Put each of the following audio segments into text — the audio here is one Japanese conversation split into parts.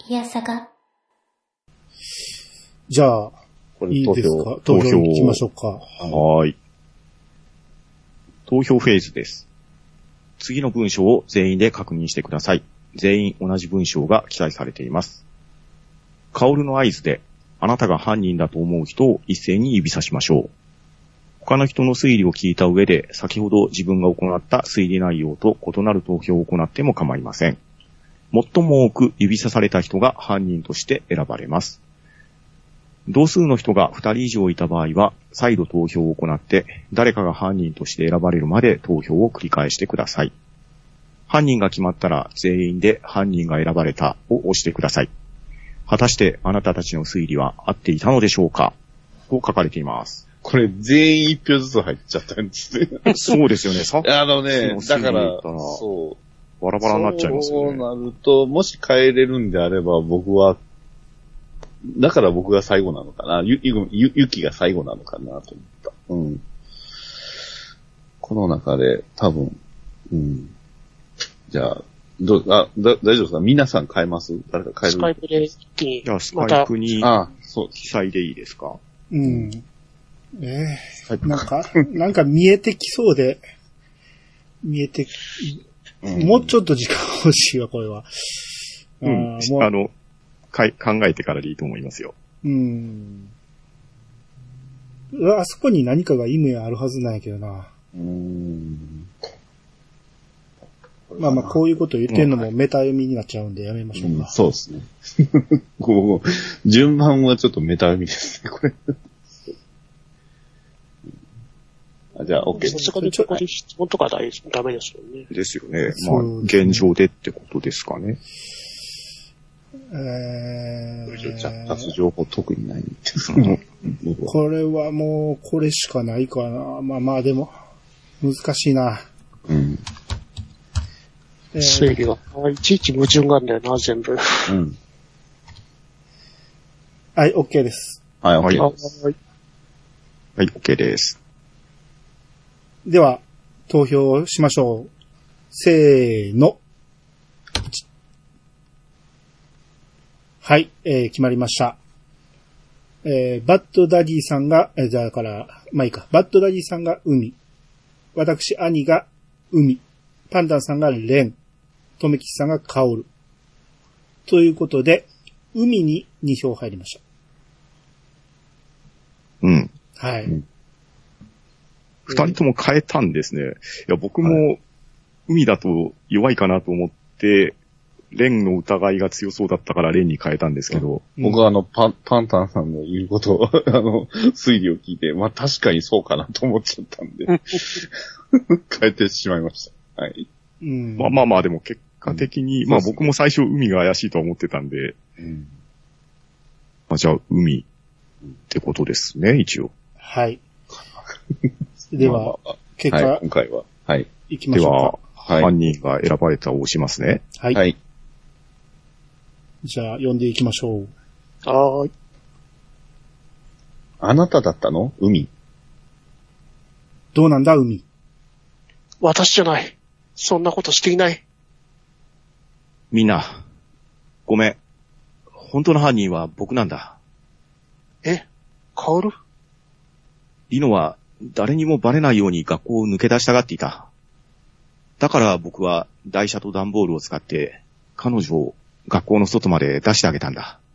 いやさが。 じゃあ、 これいいですか？投票行きましょうか。 はい。投票フェーズです。次の文章を全員で確認してください。全員同じ文章が記載されています。カオルの合図で、あなたが犯人だと思う人を一斉に指さしましょう。他の人の推理を聞いた上で、先ほど自分が行った推理内容と異なる投票を行っても構いません。最も多く指さされた人が犯人として選ばれます。同数の人が2人以上いた場合は、再度投票を行って、誰かが犯人として選ばれるまで投票を繰り返してください。犯人が決まったら、全員で犯人が選ばれたを押してください。果たしてあなたたちの推理は合っていたのでしょうかと書かれています。 これ全員一票ずつ入っちゃったんですね。 そうですよね。さっきね、だから、 そう。バラバラになっちゃいますよね。 そうなると、もし変えれるんであればだから僕が最後なのかな。ゆきが最後なのかなと思った。この中で多分、じゃあ、大丈夫ですか？皆さん変えます？誰か変える？ スカイプで一気に。 じゃあ、スカイプに、記載でいいですか？ なんか見えてきそうで、もうちょっと時間欲しいわ、これは。 考えてからでいいと思いますよ。 あそこに何かが意味あるはずなんやけどな。まあこういうこと言ってんのもメタ読みになっちゃうんでやめましょうか。 そうですね。順番はちょっとメタ読みですね、これ。じゃあ、OK です。 質問とかダメですよね。 ですよね。まあ、現状でってことですかね。 達情報特にないんですけど。 これはもう、これしかないかな。まあでも、難しいな。 推理が、いちいち矛盾があるんだよな、全部。 はい、OK です。 はい、OK です。 はい、OK です。 では、投票しましょう。せーの。はい、決まりました。バッドダディさんが、だから、まあいいか。バッドダディさんが海。私、兄が海。パンダンさんがレン。とめきちさんがカオル。ということで、海に2票入りました。はい。 二人とも変えたんですね。いや、僕も、海だと弱いかなと思って、レンの疑いが強そうだったからレンに変えたんですけど。 僕はパンタンさんの言うことを、推理を聞いて、まあ確かにそうかなと思っちゃったんで、変えてしまいました。はい。 まあでも結果的に、まあ僕も最初海が怪しいとは思ってたんで、まあじゃあ海ってことですね、一応。 はい。では、結果、 今回は、はい。 行きましょうか。 では、犯人が選ばれたを押しますね。 はい。じゃあ、読んでいきましょう。 はーい。 あなただったの？海。 どうなんだ、海。 私じゃない。そんなことしていない。 みんな、ごめん。本当の犯人は僕なんだ。 カオル？ リノは誰にもバレないように学校を抜け出したがっていた。だから僕は台車と段ボールを使って彼女を学校の外まで出してあげたんだ。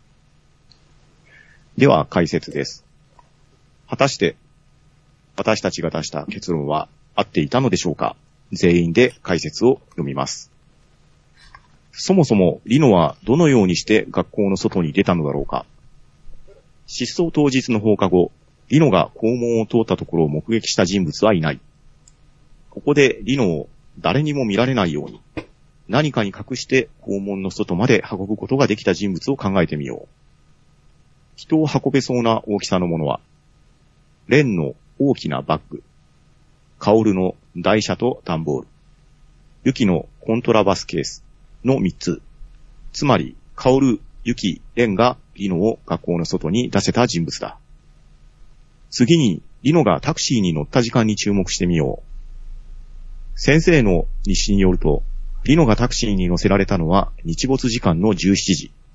では解説です。果たして私たちが出した結論は合っていたのでしょうか？全員で解説を読みます。そもそもリノはどのようにして学校の外に出たのだろうか？失踪当日の放課後、リノが校門を通ったところを目撃した人物はいない。ここでリノを誰にも見られないように、何かに隠して校門の外まで運ぶことができた人物を考えてみよう。人を運べそうな大きさのものは、レンの大きなバッグ、カオルの台車と段ボール、ユキのコントラバスケースの3つ。つまり、カオル、ユキ、レンがリノを学校の外に出せた人物だ。次に、リノがタクシーに乗った時間に注目してみよう。先生の日誌によると、リノがタクシーに乗せられたのは日没時間の17時。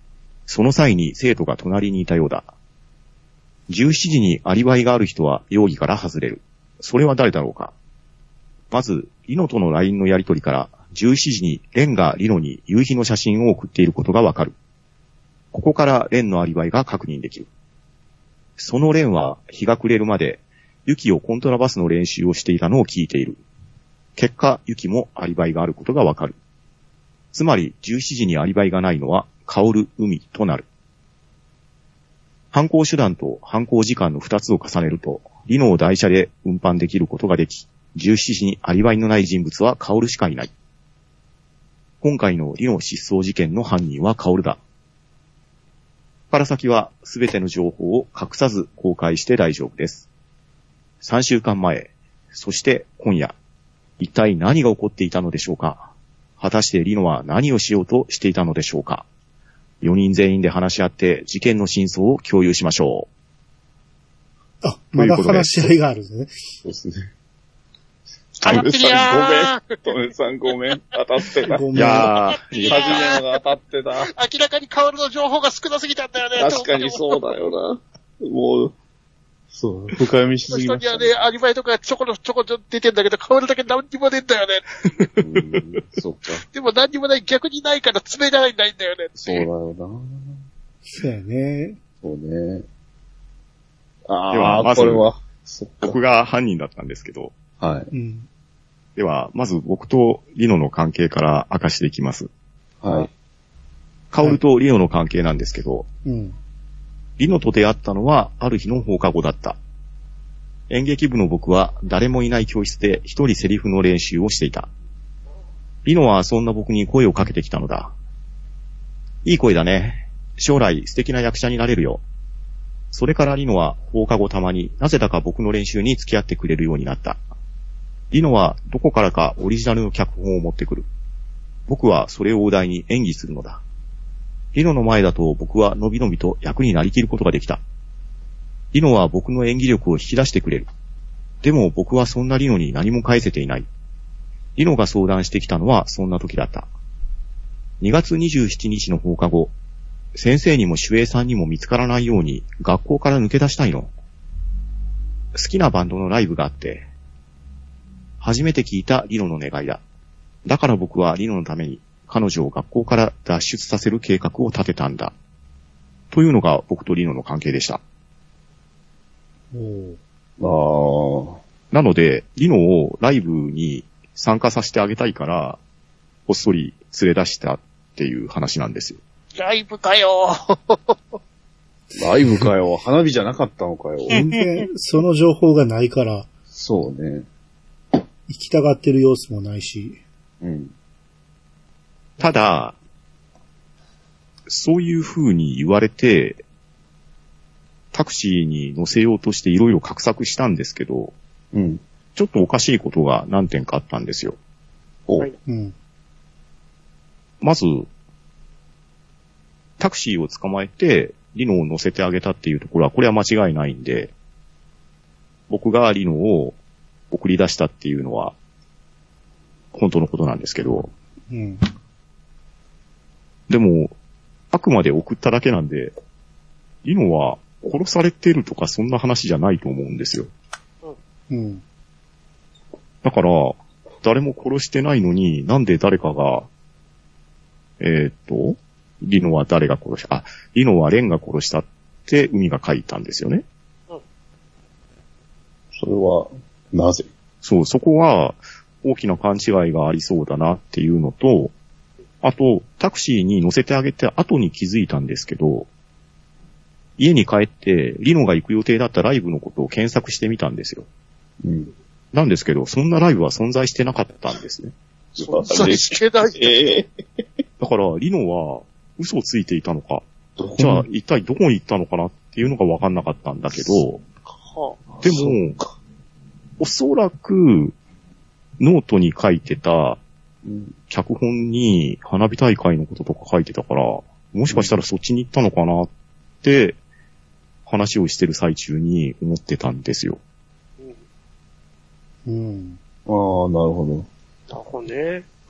その際に生徒が隣にいたようだ。17時にアリバイがある人は容疑から外れる。それは誰だろうか。まず、リノとの LINE のやり取りから17時にレンがリノに夕日の写真を送っていることがわかる。ここからレンのアリバイが確認できる。そのレンは日が暮れるまでユキをコントラバスの練習をしていたのを聞いている。結果、ユキもアリバイがあることがわかる。つまり、17時にアリバイがないのは、カオル、海となる。犯行手段と犯行時間の2つを重ねると、リノを台車で運搬できることができ、17時にアリバイのない人物はカオルしかいない。今回のリノ失踪事件の犯人はカオルだ。ここから先はすべての情報を隠さず公開して大丈夫です。3週間前、そして今夜、一体何が起こっていたのでしょうか。果たしてリノは何をしようとしていたのでしょうか。4人全員で話し合って事件の真相を共有しましょう。 あ、まだ話し合いがあるんですね。 そうですね。 当たってるやー。 トメさんごめん。当たってた。 ごめんいやー、 初めのが当たってた。 明らかにカオルの情報が少なすぎたんだよね。 確かにそうだよな。もう、そう、深読みしすぎました、 人にはね、アリバイとかちょこ出てんだけど、カオルだけ何にも出んだよね。 そっか。 でも何にもない、逆にないから詰められないんだよね。 そうだよな。 そうやね。 そうね。 ではまずこれは。そっか。 僕が犯人だったんですけど、 はい。 うん。 では、まず僕とリノの関係から明かしていきます。 はい。 カオルとリノの関係なんですけど、 うん。 リノと出会ったのはある日の放課後だった。演劇部の僕は誰もいない教室で一人セリフの練習をしていた。リノはそんな僕に声をかけてきたのだ。いい声だね。将来素敵な役者になれるよ。それからリノは放課後たまになぜだか僕の練習に付き合ってくれるようになった。リノはどこからかオリジナルの脚本を持ってくる。僕はそれをお題に演技するのだ。リノの前だと僕はのびのびと役になりきることができた。リノは僕の演技力を引き出してくれる。でも僕はそんなリノに何も返せていない。リノが相談してきたのはそんな時だった。2月27日の放課後、先生にも守衛さんにも見つからないように学校から抜け出したいの。好きなバンドのライブがあって、初めて聞いたリノの願いだ。だから僕はリノのために彼女を学校から脱出させる計画を立てたんだ。というのが僕とリノの関係でした。 おあなので、リノをライブに参加させてあげたいから、こっそり連れ出したっていう話なんですよ。 ライブかよ。 ライブかよ。花火じゃなかったのかよ。 全然その情報がないから、 そうね。 行きたがってる様子もないし。 うん。 ただ、そういう風に言われて、タクシーに乗せようとしていろいろ画策したんですけど、 うん。 ちょっとおかしいことが何点かあったんですよ。 はいうん。 まず、タクシーを捕まえて、リノを乗せてあげたっていうところは、これは間違いないんで、僕がリノを送り出したっていうのは、本当のことなんですけど、 うん。 でも、あくまで送っただけなんで、リノは殺されてるとかそんな話じゃないと思うんですよ。 うん。 だから、誰も殺してないのに、なんで誰かが、リノは誰が殺した、リノはレンが殺したって海が書いたんですよね。 それは、なぜ？ そう、そこは大きな勘違いがありそうだなっていうのと、あと、タクシーに乗せてあげて後に気づいたんですけど、家に帰ってリノが行く予定だったライブのことを検索してみたんですよ。 うん。 なんですけど、そんなライブは存在してなかったんですね。 存在してない。 だから、リノは嘘をついていたのか、 どこじゃあ一体どこに行ったのかなっていうのが分かんなかったんだけど、 はでも、おそらくノートに書いてたうん脚本に花火大会のこととか書いてたから、もしかしたらそっちに行ったのかなって話をしてる最中に思ってたんですよ。 うん。 ああ、なるほど。 なるほどね。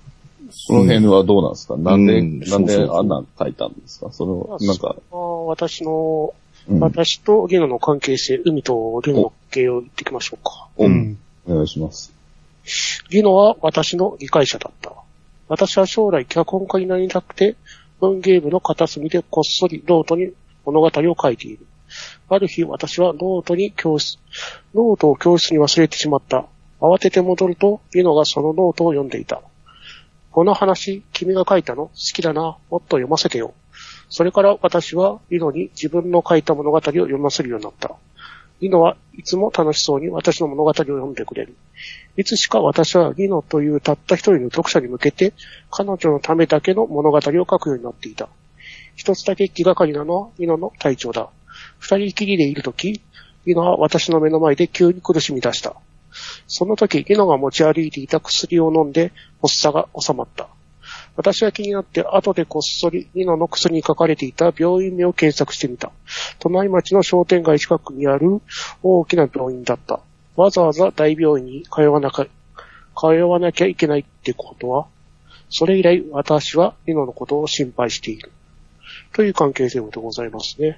この辺はどうなんですか、なんでそうそうあんなん書いたんですかそれは、なんか。 私とリノの関係性、海とリノの関係を言ってきましょうか。 お願いします。 リノは私の理解者だった。私は将来脚本家になりたくて、文芸部の片隅でこっそりノートに物語を書いている。ある日私はノートを教室に忘れてしまった。慌てて戻ると、リノがそのノートを読んでいた。この話、君が書いたの好きだな。もっと読ませてよ。それから私はリノに自分の書いた物語を読ませるようになった。リノはいつも楽しそうに私の物語を読んでくれる。いつしか私はリノというたった一人の読者に向けて彼女のためだけの物語を書くようになっていた。一つだけ気がかりなのはリノの体調だ。二人きりでいるとき、リノは私の目の前で急に苦しみ出した。その時、リノが持ち歩いていた薬を飲んで発作が収まった。私は気になって後でこっそりリノの薬に書かれていた病院名を検索してみた。隣町の商店街近くにある大きな病院だった。わざわざ大病院に通わなきゃいけないってことは、それ以来私はリノのことを心配している。という関係性でございますね。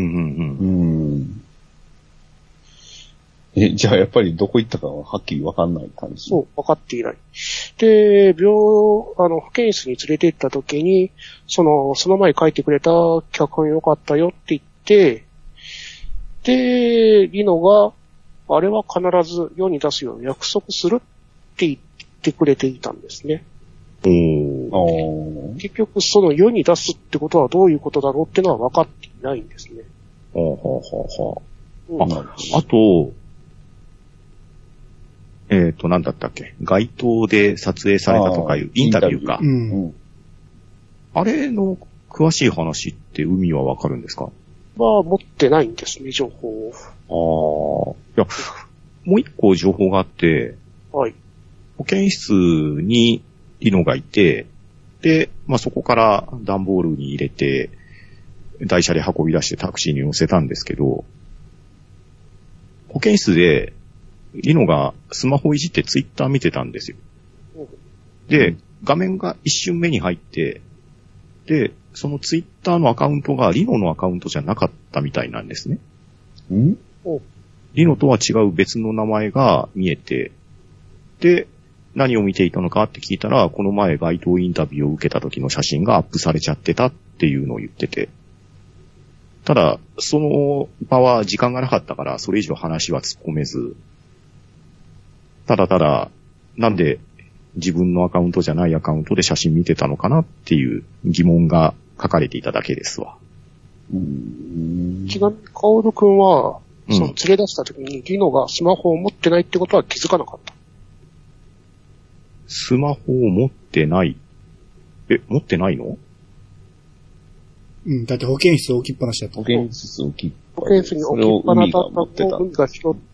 じゃあやっぱりどこ行ったかははっきりわかんない感じ。 そう、わかっていない。で、保健室に連れて行った時に、その前書いてくれた脚本よかったよって言って、で、リノが、あれは必ず世に出すように約束するって言ってくれていたんですね。結局その世に出すってことはどういうことだろうってのは分かっていないんですね。 あと、なんだったっけ、街頭で撮影されたとかいうインタビューか。あれの詳しい話って海はわかるんですか？ 持ってないんですね、情報を。 いや、もう一個情報があって、 はい。 保健室にリノがいて、で、そこから段ボールに入れて、台車で運び出してタクシーに乗せたんですけど、保健室で、リノがスマホいじってツイッター見てたんですよ。で、画面が一瞬目に入って、で、そのツイッターのアカウントがリノのアカウントじゃなかったみたいなんですね。リノとは違う別の名前が見えて、で、何を見ていたのかって聞いたら、この前街頭インタビューを受けた時の写真がアップされちゃってたっていうのを言ってて、ただ、その場は時間がなかったから、それ以上話は突っ込めず、ただ、なんで自分のアカウントじゃないアカウントで写真見てたのかなっていう疑問が書かれていただけですわ。 ちなみに、カオルくんは、その連れ出した時にリノがスマホを持ってないってことは気づかなかった。 スマホを持ってない。持ってないの？ だって保健室置きっぱなしだった。 保健室に置きっぱなしだったのを海が拾って、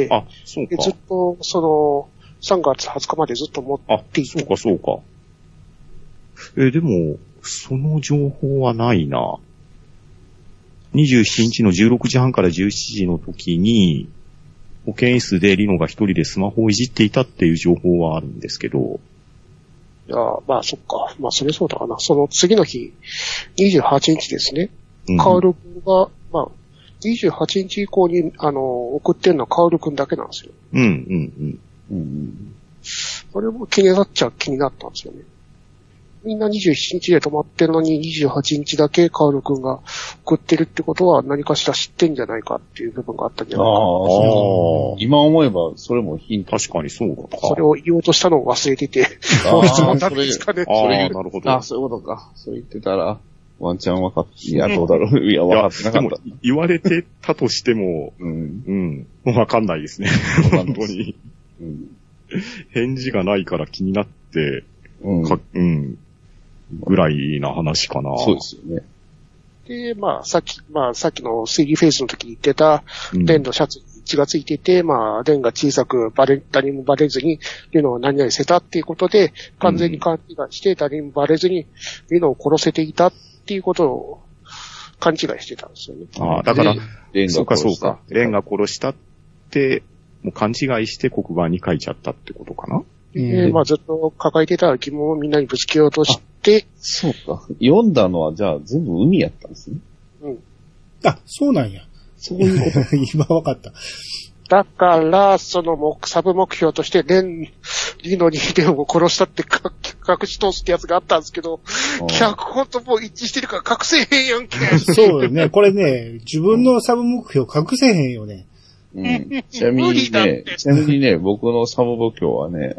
そうか。 ずっと、3月20日までずっと持っていた。 そうか。でも、その情報はないな。27日の16時半から17時の時に、保健室でリノが一人でスマホをいじっていたっていう情報はあるんですけど。 いや、そっか。それそうだかな。その次の日、28日ですね。カオル君が、28日以降に、送ってるのはカオル君だけなんですよ。これも気になっちゃ気になったんですよね。みんな27日で止まってるのに28日だけカオル君が送ってるってことは何かしら知ってんじゃないかっていう部分があったんじゃないか。 今思えばそれもヒント。 確かにそうか。 それを言おうとしたのを忘れてて。質問なんですかね。 なるほど。 そういうことか。そう言ってたら、ワンチャン分かって、いや、どうだろう。いや、分かってなかった。 でも言われてたとしても、分かんないですね。本当に。返事がないから気になって、ぐらいな話かな。 そうですよね。 で、さっきの推理フェイスの時に言ってた、レンのシャツに血がついてて、レンが小さく誰にもバレずに、リノを何々せたっていうことで、完全に勘違いして、誰にもバレずに、リノを殺せていたっていうことを勘違いしてたんですよね。 だから、そうか。レンが殺したって、もう勘違いして黒板に書いちゃったってことかな。 まあずっと抱えてた疑問をみんなにぶつけようとして、 そうか。読んだのはじゃあ全部海やったんですね。 うん。 あ、そうなんや。 そういうこと。 今わかった。 だから、そのサブ目標として、リノにヒデオを殺したって隠し通すってやつがあったんですけど、脚本ともう一致してるから隠せへんやんけ。 そうよね。これね、自分のサブ目標隠せへんよね。 うん。ちなみにね、僕のサブ目標はね、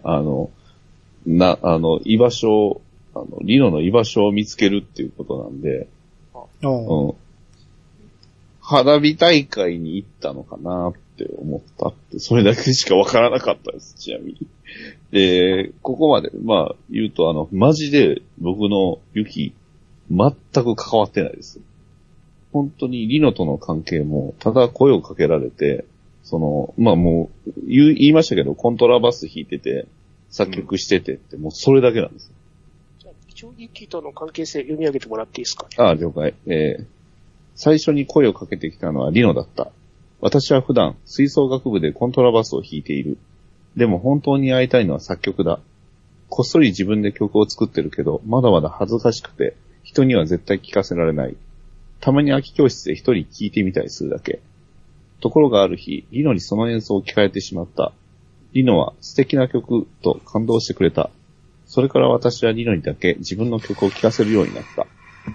居場所、リノの居場所を見つけるっていうことなんで、うん。花火大会に行ったのかなって思ったって、それだけしかわからなかったです、ちなみに。で、ここまで、まあ、言うとマジで僕のユキ、全く関わってないです。本当にリノとの関係も、ただ声をかけられて、まあもう、言いましたけど、コントラバス弾いてて、作曲しててって、もうそれだけなんです。 じゃあ、一応ユキとの関係性読み上げてもらっていいですかね。 ああ、了解。最初に声をかけてきたのはリノだった。私は普段、吹奏楽部でコントラバスを弾いている。でも本当に会いたいのは作曲だ。こっそり自分で曲を作ってるけど、まだまだ恥ずかしくて、人には絶対聞かせられない。たまに空き教室で一人聴いてみたりするだけ。ところがある日、リノにその演奏を聞かれてしまった。リノは素敵な曲と感動してくれた。それから私はリノにだけ自分の曲を聴かせるようになった。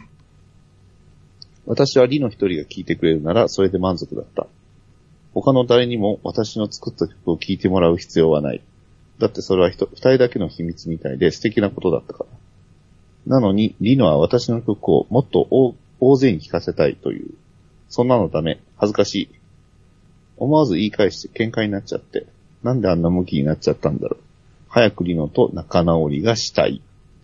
私はリノ一人が聴いてくれるならそれで満足だった。他の誰にも私の作った曲を聴いてもらう必要はない。だってそれは二人だけの秘密みたいで素敵なことだったから。なのに、リノは私の曲をもっと大勢に聴かせたいという。そんなのダメ。恥ずかしい。思わず言い返して喧嘩になっちゃって。なんであんな向きになっちゃったんだろう。早くリノと仲直りがしたい。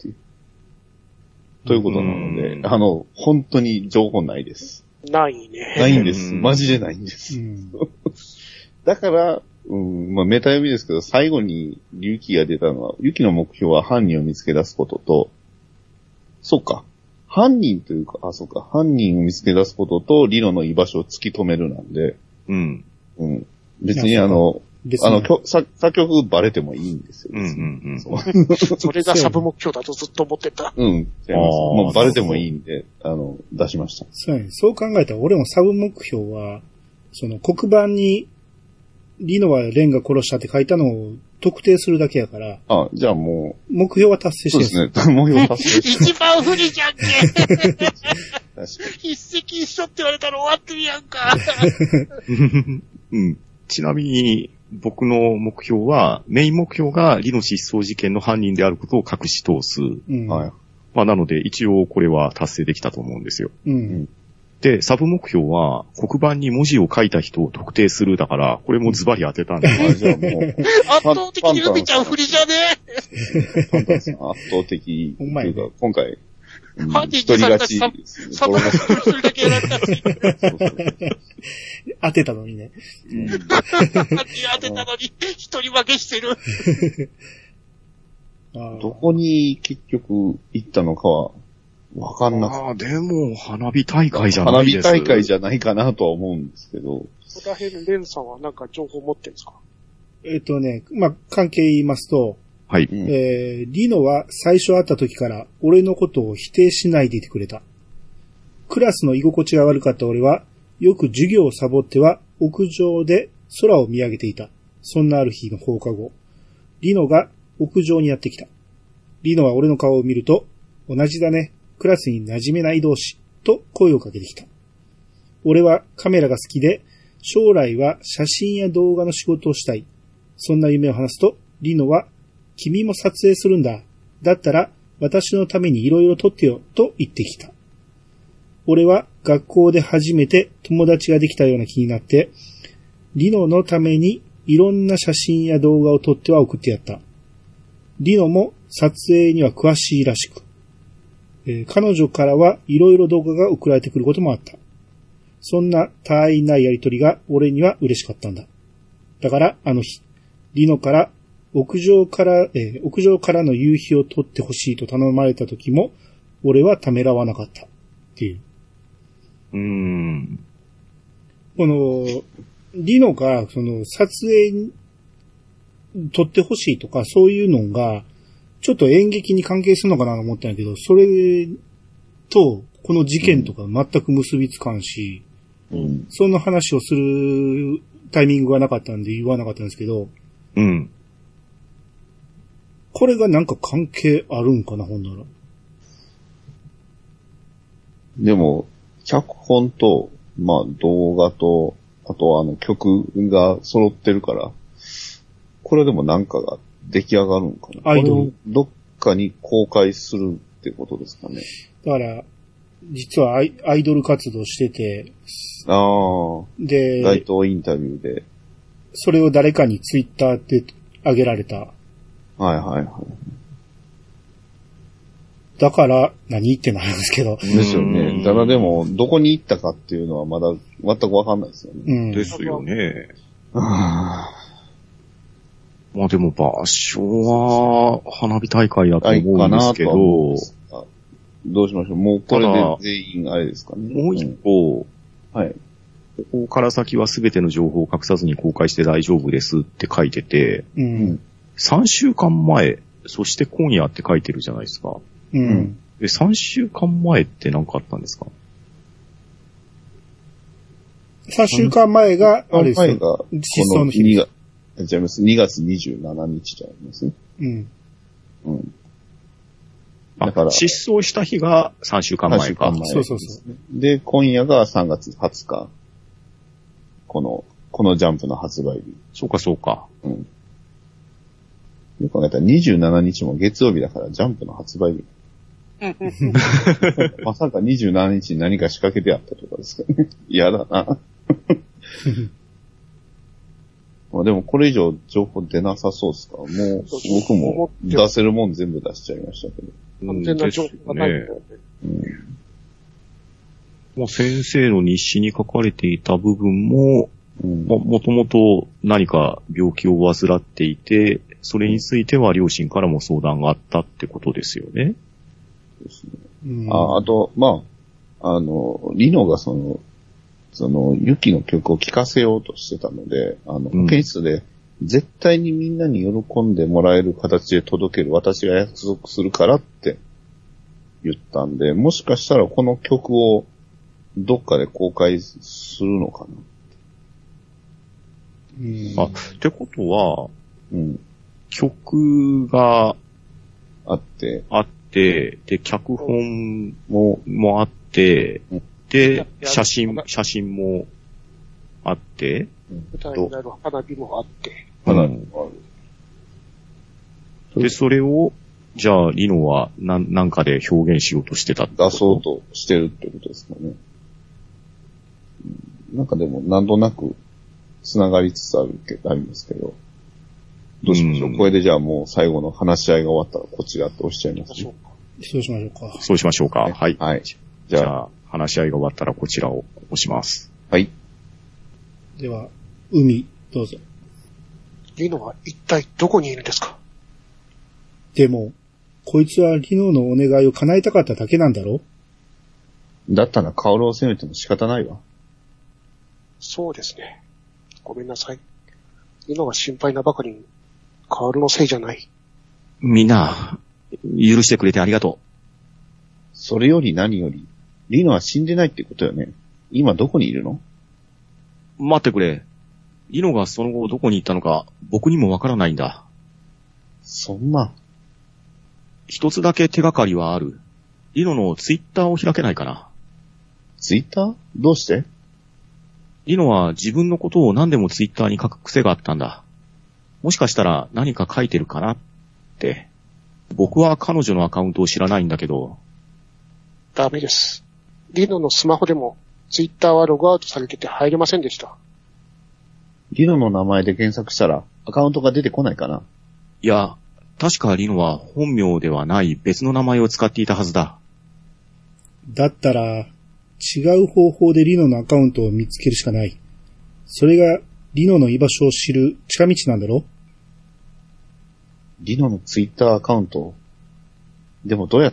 ということなので、本当に情報ないです。 ないね。 ないんです。マジでないんです。だから、まあ、メタ読みですけど、最後にユキが出たのは、ユキの目標は犯人を見つけ出すことと、そうか。犯人というか、そうか。犯人を見つけ出すことと、リノの居場所を突き止めるなんで、別に作曲バレてもいいんですよ。 それがサブ目標だとずっと思ってた。 もうバレてもいいんで、出しました。 そうね。そう考えたら、俺もサブ目標は、黒板に、リノはレンが殺したって書いたのを特定するだけやから。 あ、じゃあもう。 目標は達成してる。 そうですね。目標達成してる。 一番不利じゃんけ一石一緒って言われたら終わってるやんか。 ちなみに、僕の目標は、メイン目標がリノ失踪事件の犯人であることを隠し通す。はい。まあ、なので、一応これは達成できたと思うんですよ。で、サブ目標は、黒板に文字を書いた人を特定するだから、これもズバリ当てたんで。 じゃあもう。 圧倒的に海ちゃん不利じゃね圧倒的。 お前ね。 今回、 犯人にされたサブ目標一人だけやられたし。 当てたのにね。 当てたのに、一人負けしてる。 どこに結局行ったのかは、わかんなかった。 でも、花火大会じゃないですか。 花火大会じゃないかなとは思うんですけど。 そこら辺、レンさんはなんか情報持ってるんですか？ まあ、関係言いますと、 はい。 リノは最初会った時から俺のことを否定しないでいてくれた。クラスの居心地が悪かった俺は、よく授業をサボっては屋上で空を見上げていた。そんなある日の放課後、リノが屋上にやってきた。リノは俺の顔を見ると、同じだね。クラスに馴染めない同士、と声をかけてきた。俺はカメラが好きで、将来は写真や動画の仕事をしたい。そんな夢を話すと、リノは、君も撮影するんだ。だったら、私のためにいろいろ撮ってよ、と言ってきた。俺は学校で初めて友達ができたような気になって、リノのためにいろんな写真や動画を撮っては送ってやった。リノも撮影には詳しいらしく、彼女からはいろいろ動画が送られてくることもあった。そんな他愛ないやりとりが俺には嬉しかったんだ。だからあの日、リノから屋上からの夕日を撮ってほしいと頼まれた時も、俺はためらわなかった。っていう。リノが、撮影撮ってほしいとか、そういうのが、ちょっと演劇に関係するのかなと思ったんやけど、それと、この事件とか全く結びつかんし、 うん。 その話をするタイミングがなかったんで言わなかったんですけど、 うん。 これがなんか関係あるんかな、ほんなら。 でも、脚本と、まあ動画と、あと曲が揃ってるから、これでもなんかが出来上がるんかな。 アイドルこれをどっかに公開するってことですかね。 だから、実はアイドル活動してて、 ああ。 で、 街頭インタビューで。 それを誰かにツイッターで上げられた。 はいはいはい。 だから、何ってなるんですけど。 ですよね。ただでも、どこに行ったかっていうのはまだ全くわかんないですよね。 うん。 ですよね。 あまあでも場所は花火大会だと思うんですけど、 どうしましょう。もうこれで全員あれですかね。 もう一方、 はい。 ここから先はすべての情報を隠さずに公開して大丈夫ですって書いてて、 うん。 3週間前、そして今夜って書いてるじゃないですか。 うん。 で、3週間前って何かあったんですか ？3週間前が、あれです前が、こ失踪のの日です。 2月27日じゃありますね。 うん。 うん。だから、 失踪した日が3週間前か。 3週間前そうそうそう。 で、今夜が3月20日。このジャンプの発売日。 そうかそうか。 うん。よく考えたら27日も月曜日だからジャンプの発売日。まさか27日に何か仕掛けてあったとかですかね。嫌だな。まあでもこれ以上情報出なさそうですか。もう僕も出せるもん全部出しちゃいましたけど。 完全な情報がないんだよね。 まあ、先生の日誌に書かれていた部分も、 うん、 もともと何か病気を患っていて、それについては両親からも相談があったってことですよね。 ですね。 うん、 あと、まあ、リノがユキの曲を聴かせようとしてたので、保健室で絶対にみんなに喜んでもらえる形で届ける私が約束するからって言ったんで、もしかしたらこの曲をどっかで公開するのかな。 ってことは、 うん、 曲があって、 で、脚本もあって、で、写真もあって、 舞台になる花火もあって、 で、それを、じゃあ、リノはなんかで表現しようとしてたってこと？ 出そうとしてるってことですかね。なんかでも、なんとなく、繋がりつつありますけど。どうしましょう。これでじゃあもう最後の話し合いが終わったらこちらって押しちゃいますね。 そうしましょうか。 そうしましょうか。はい。 はい。 じゃあ、話し合いが終わったらこちらを押します。 はい。 では、海、どうぞ。 リノは一体どこにいるんですか？ でも、こいつはリノのお願いを叶えたかっただけなんだろ？ だったらカオルを責めても仕方ないわ。 そうですね。ごめんなさい。リノが心配なばかりに、カオルのせいじゃない。 みんな、許してくれてありがとう。 それより何より、リノは死んでないってことよね。今どこにいるの？ 待ってくれ。リノがその後どこに行ったのか、僕にもわからないんだ。 そんな。 一つだけ手がかりはある。リノのツイッターを開けないかな。 ツイッター？どうして？ リノは自分のことを何でもツイッターに書く癖があったんだ。もしかしたら何か書いてるかなって。僕は彼女のアカウントを知らないんだけど。 ダメです。リノのスマホでもツイッターはログアウトされてて入れませんでした。 リノの名前で検索したらアカウントが出てこないかな？ いや、確かリノは本名ではない別の名前を使っていたはずだ。 だったら、違う方法でリノのアカウントを見つけるしかない。それがリノの居場所を知る近道なんだろ？ リノのツイッターアカウント？でもどうやって？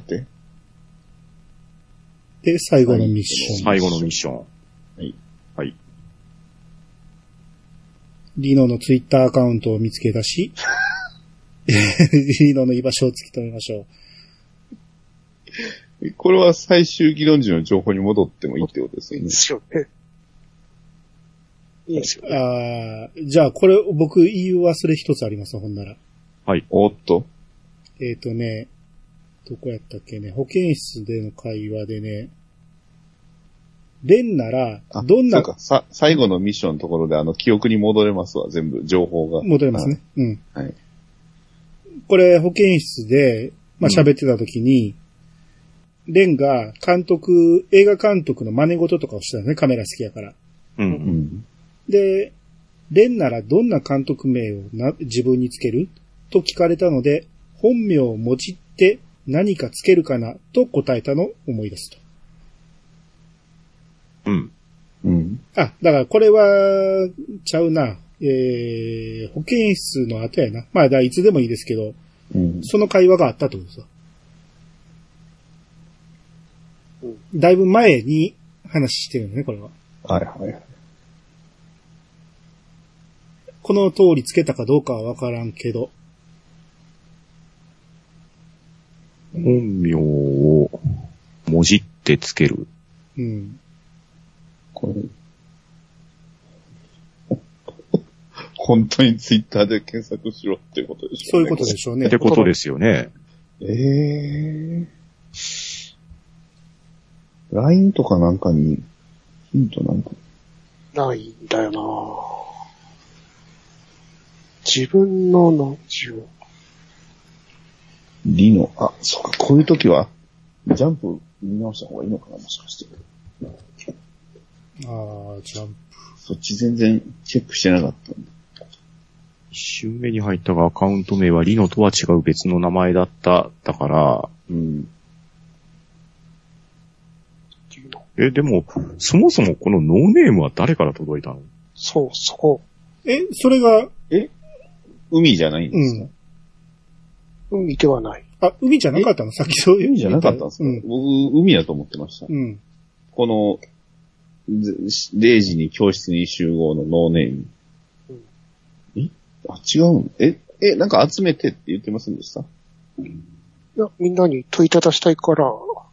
で、最後のミッション。 最後のミッション。 はい。 はい。 リノのツイッターアカウントを見つけ出し、リノの居場所を突き止めましょう。 これは最終議論時の情報に戻ってもいいってことですよね。 ですよね。いいですよね。 じゃあこれ僕言い忘れ一つあります、ほんなら。 はい。 おっと。 どこやったっけね、保健室での会話でね、レンなら、どんな、 そうか、最後のミッションのところで記憶に戻れますわ、全部、情報が。 戻れますね。うん。 はい。 これ、保健室で、喋ってた時に、レンが映画監督の真似事とかをしたのね、カメラ好きやから。 うん。 で、レンならどんな監督名を自分につけると聞かれたので、本名をもじって何かつけるかなと答えたのを思い出すと。 うん。 だからこれは、ちゃうな。保健室の後やな。だからいつでもいいですけど、その会話があったってことですよ。だいぶ前に話してるのね、これは。 はいはい。 この通りつけたかどうかはわからんけど。 本名をもじってつける。 うん。 これ本当にツイッターで検索しろってことでしょうね。 そういうことでしょうね。 ってことですよね。 LINE とかなんかにヒントなんかないんだよな自分の何時を。 リノ、そうか、こういう時は、ジャンプ見直した方がいいのかな、もしかして。 ジャンプ。 そっち全然チェックしてなかったんだ。 一瞬目に入ったがアカウント名はリノとは違う別の名前だった。だから、でも、そもそもこのノーネームは誰から届いたの？ そう、そこ。 それが、 海じゃないんですか？ 海ではない。 海じゃなかったの？さっきそういう。 海じゃなかったんですか？僕、海だと思ってました。この、0時に教室に集合のノーネーム。違うの？なんか集めてって言ってませんでした？ いや、みんなに問いただしたいから、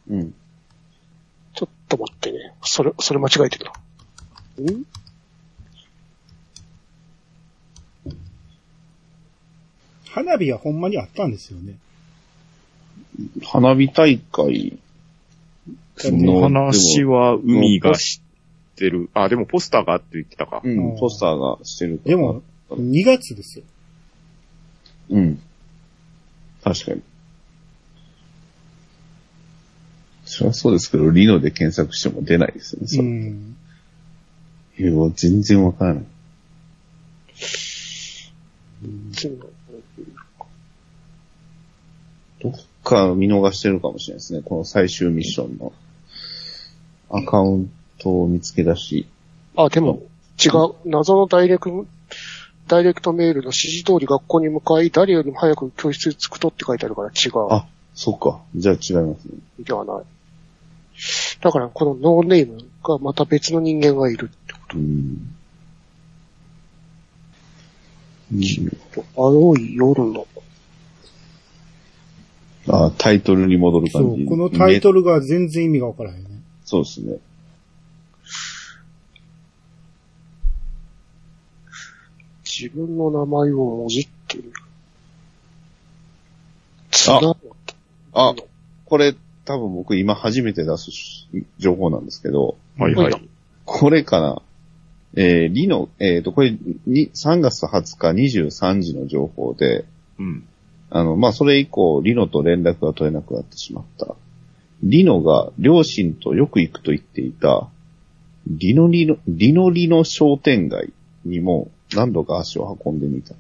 ちょっと待ってね。それ間違えてるな。 花火はほんまにあったんですよね。 花火大会その話は海が知ってる。でもポスターがあって言ってたか。 ポスターがしてる。 でも、2月ですよ。 確かに。そりゃそうですけど、リノで検索しても出ないですよね。全然わからない。どっか見逃してるかもしれないですね。この最終ミッションのアカウントを見つけ出し。 でも、違う。謎のダイレクトメールの指示通り学校に向かい、誰よりも早く教室に着くとって書いてあるから違う。 そっか。じゃあ違いますね。 ではない。だから、このノーネームがまた別の人間がいるってこと。青い夜の。 タイトルに戻る感じ。 このタイトルが全然意味がわからへんね。 そうですね。 自分の名前をもじってる。 これ多分僕今初めて出す情報なんですけど。 はいはい。 これかな。リノ、これ3月20日23時の情報で、それ以降、リノと連絡が取れなくなってしまった。リノが両親とよく行くと言っていた、リノ商店街にも何度か足を運んでみた。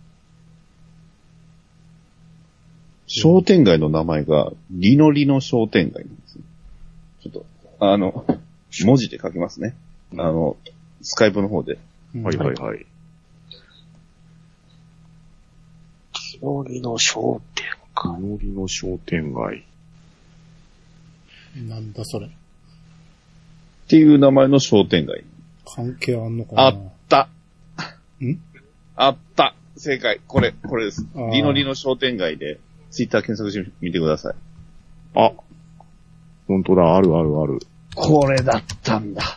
商店街の名前がリノ商店街なんですね。ちょっと、文字で書きますね。スカイプの方で。 はいはいはい。 リノリノ商店街。 リノリノ商店街。 なんだそれ。 っていう名前の商店街。 関係あんのかな？ あった。 あった。正解。これです。 あーリノリの商店街で、ツイッター検索してみてください。 あ、本当だ、ある。 これだったんだ。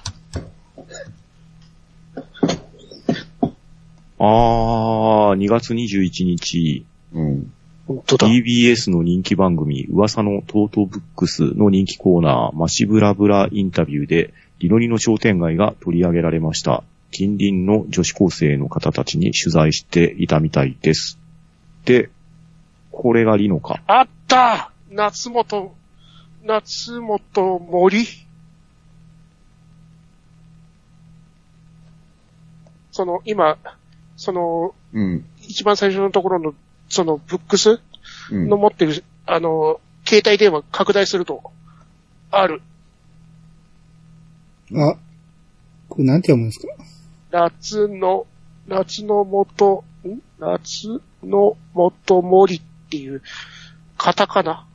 2月21日、 うん。 本当だ。 TBS の人気番組、噂のトートブックスの人気コーナー、マシブラブラインタビューで、リノリの商店街が取り上げられました。近隣の女子高生の方たちに取材していたみたいです。で、これがリノか。 あった夏本森今、 うん。 一番最初のところの、ブックスうん。 の持ってる、携帯電話拡大すると、ある。 あ、これなんて読むんですか？ 夏の元森っていう、カタカナ。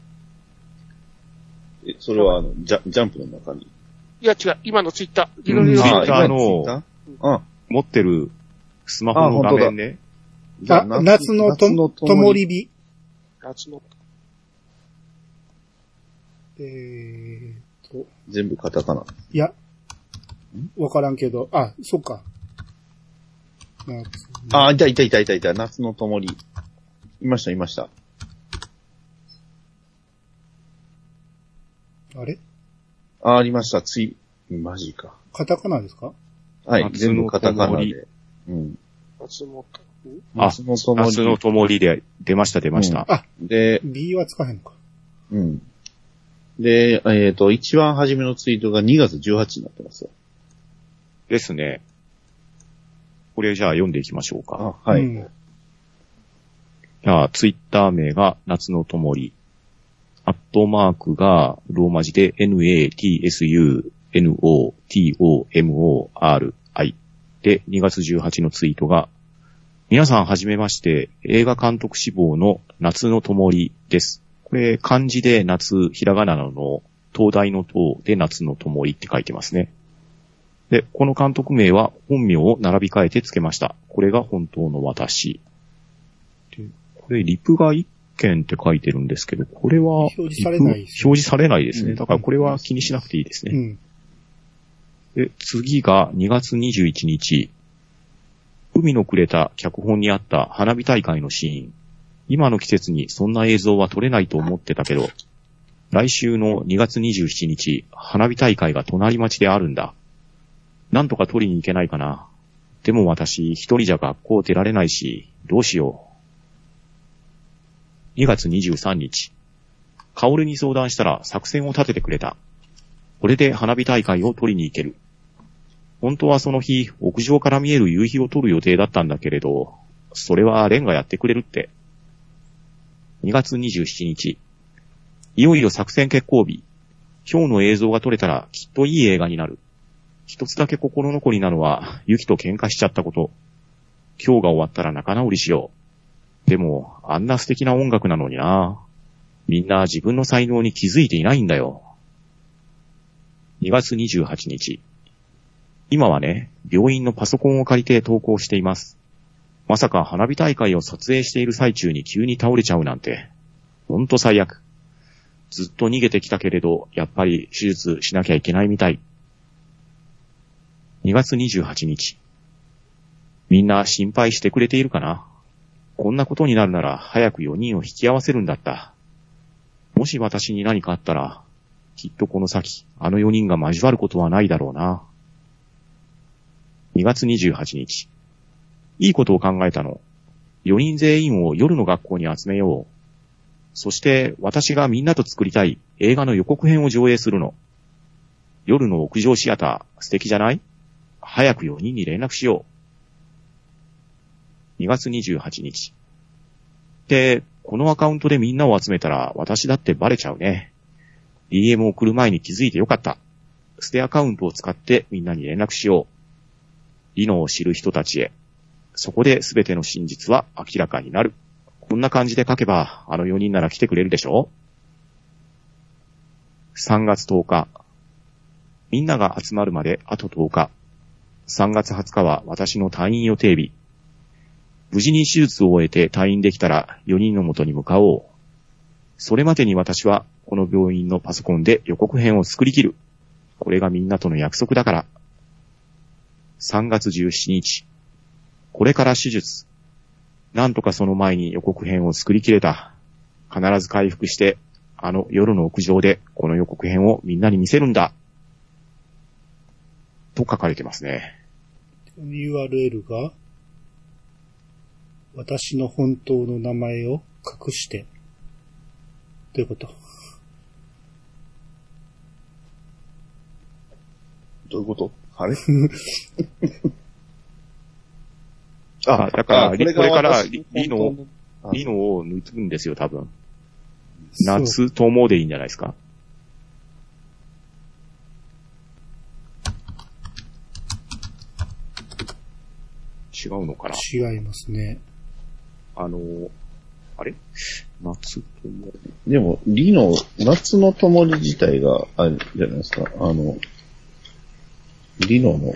それはジャンプの中に。 いや違う、今のツイッター。 ツイッター今ツイッター持ってるスマホの画面ね。 あ、夏のともりび。 夏の。 全部カタカナ。 いや、わからんけど、あ、そっか。 あ、いた。夏のともり。いました。 あれ？ ありました。マジか。 カタカナですか？ はい、全部カタカナで。うん。 夏のともりで出ました。 あ、 で、 B はつかへんのか。 うん。で、一番初めのツイートが2月18になってますよ。 ですね。これじゃあ読んでいきましょうか。 はい。 うん、 じゃあ、ツイッター名が夏のともり。アットマークがローマ字で NATSUNOTOMORI で2月18のツイートが、皆さんはじめまして、映画監督志望の夏のともりです。これ漢字で夏、ひらがなの東大の東で夏のともりって書いてますね。で、この監督名は本名を並び替えてつけました。これが本当の私。で、これリプが1件って書いてるんですけど、これは表示されないです、 表示されないですね。だからこれは気にしなくていいですね。 うん。 で、次が2月21日。海のくれた脚本にあった花火大会のシーン。今の季節にそんな映像は撮れないと思ってたけど、来週の2月27日、花火大会が隣町であるんだ。なんとか撮りに行けないかな。でも私一人じゃ学校出られないし、どうしよう。2月23日。カオルに相談したら作戦を立ててくれた。これで花火大会を撮りに行ける。本当はその日、屋上から見える夕日を撮る予定だったんだけれど、それはレンがやってくれるって。2月27日。いよいよ作戦決行日。今日の映像が撮れたらきっといい映画になる。一つだけ心残りなのは、ユキと喧嘩しちゃったこと。今日が終わったら仲直りしよう。でも、あんな素敵な音楽なのにな。みんな自分の才能に気づいていないんだよ。2月28日。今はね、病院のパソコンを借りて投稿しています。まさか花火大会を撮影している最中に急に倒れちゃうなんて。ほんと最悪。ずっと逃げてきたけれど、やっぱり手術しなきゃいけないみたい。2月28日。みんな心配してくれているかな？こんなことになるなら早く4人を引き合わせるんだった。もし私に何かあったら、きっとこの先、あの4人が交わることはないだろうな。2月28日。いいことを考えたの。4人全員を夜の学校に集めよう。そして私がみんなと作りたい映画の予告編を上映するの。夜の屋上シアター、素敵じゃない？早く4人に連絡しよう。2月28日。で、このアカウントでみんなを集めたら私だってバレちゃうね。DM を送る前に気づいてよかった。捨てアカウントを使ってみんなに連絡しよう。リノを知る人たちへ。そこで全ての真実は明らかになる。こんな感じで書けば、あの4人なら来てくれるでしょ？ 3 月10日。みんなが集まるまであと10日。3月20日は私の退院予定日。 無事に手術を終えて退院できたら4人の元に向かおう。それまでに私はこの病院のパソコンで予告編を作り切る。これがみんなとの約束だから。3月17日。これから手術。なんとかその前に予告編を作り切れた。必ず回復して、あの夜の屋上でこの予告編をみんなに見せるんだ。と書かれてますね。 URL が、私の本当の名前を隠して。どういうこと？ どういうことあれあ、だから、これからリノをの抜くんですよ、多分。夏友でいいんじゃないですか。違うのかな。 違いますね。 あれ夏友。 でも、夏の灯り自体があるじゃないですか。リノの。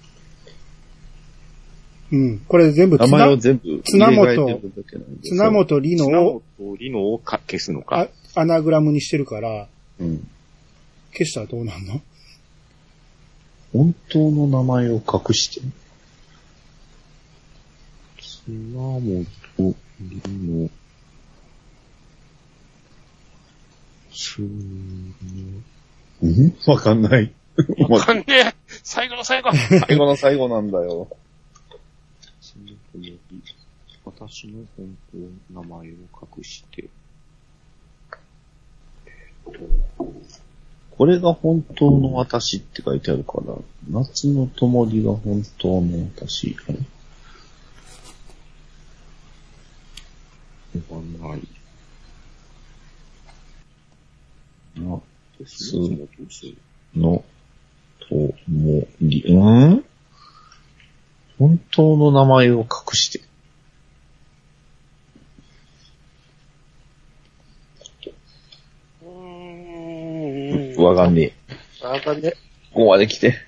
うん。これ全部名前を全部綱本入れ替えてるだけなんで。 綱本リノを消すのか。 アナグラムにしてるから、 うん。 消したらどうなんの？ 本当の名前を隠して。 綱本リノ。 わかんない。 わかんねえ。最後の最後。 最後の最後なんだよ。 私の本当の名前を隠して。 これが本当の私って書いてあるから、夏の灯りが本当の私。あれ？ わかんない。 すのともり、本当の名前を隠して。わかんねえ。 わかんねえ。 ここまで来て。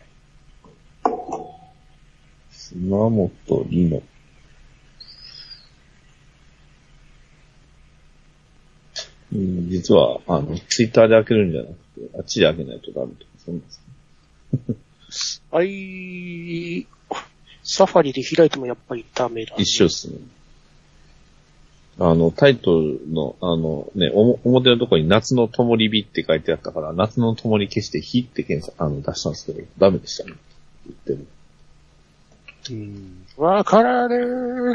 砂本里乃。実は、ツイッターで開けるんじゃなくて、あっちで開けないとダメとか、そうなんですね。 サファリで開いてもやっぱりダメだ、ね。 一緒ですね。タイトルの、表のところに夏の灯り火って書いてあったから、夏の灯り消して火って出したんですけど、ダメでしたね。言ってる。 わからねー。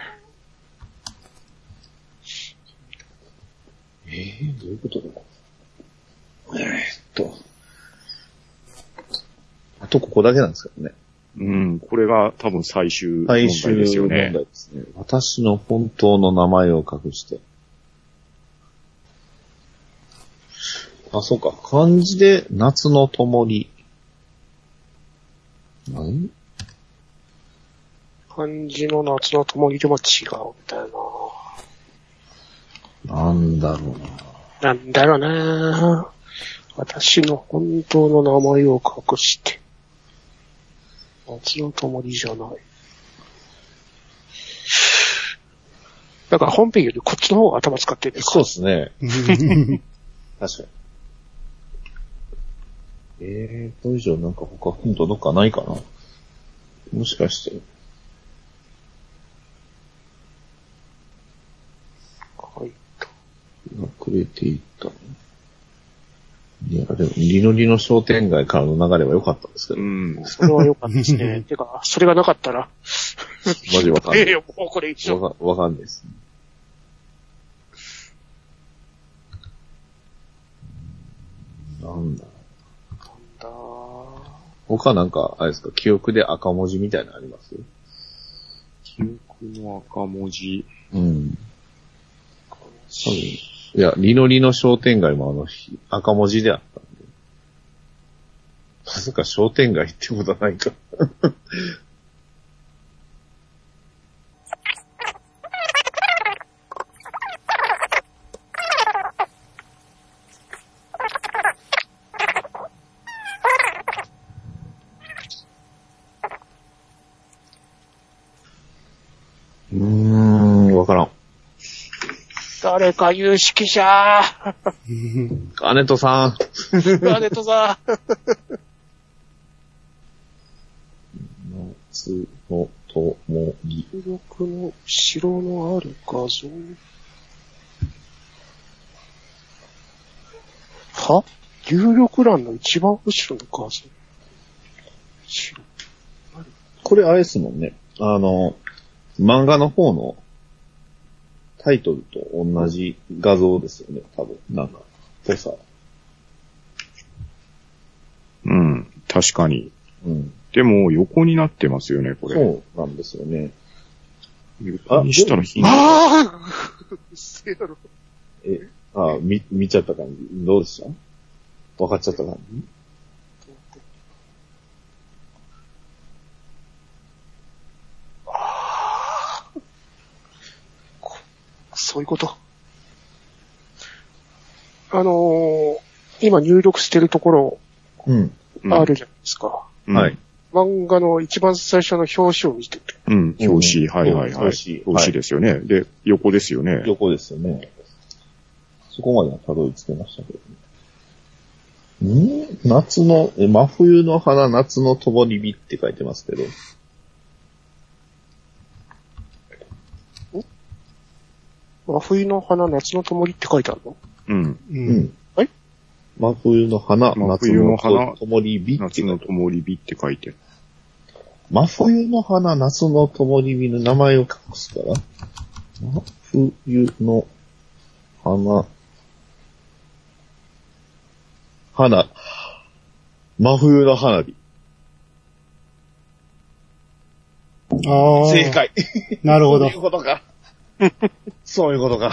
どういうことだあとここだけなんですけどね。 これが多分最終問題ですよね。 問題ですね。私の本当の名前を隠して。あ、そうか。漢字で夏の灯り。何？ 漢字の夏の灯りでも違うんだよなんだろうな。なんだろうな。私の本当の名前を隠して。夏の灯りじゃない。だから本編よりこっちの方が頭使ってる。 そうですね。確かに。これ以上なんか他ヒントどっかないかな？もしかして。隠れていった。いや、でも、リノリの商店街からの流れは良かったんですけど。 それは良かったですね。てか、それがなかったら。 マジわかんない。 もうこれ一緒。 わかんないですね。なんだ。他なんか、あれですか、記憶で赤文字みたいなのあります？ 記憶の赤文字。 いや、リノリの商店街も赤文字であったんで。まさか商店街ってことはないか。 誰か有識者ガネットさん。 ガネットさん。 夏のともり。 有力の城のある画像。は？有力欄の一番後ろの画像。城。 これあれですもんね。漫画の方のタイトルと同じ画像ですよね、多分。なんか、ぽさ。 うん、確かに。 うん。 でも、横になってますよね、これ。 そうなんですよね。 横にしたらヒント。 ああ見ちゃった感じ。どうでした分かっちゃった感じそういうこと。今入力してるところ、あるじゃないですか。 はい。 漫画の一番最初の表紙を見てて。 うん、表紙、はいはいはい。表紙ですよね。で、横ですよね。 横ですよね。そこまではたどり着けましたけどね。夏の、真冬の花、夏の灯火って書いてますけど。 真冬の花、夏の灯って書いてあるの？ うん。 うん。はい？真冬の花、 夏の花、 灯火夏の灯火って書いてる。 真冬の花、夏の灯火の名前を隠すから。真冬の花、真冬の花火。 ああ。 正解。 なるほど。 そういうことか。そういうことか。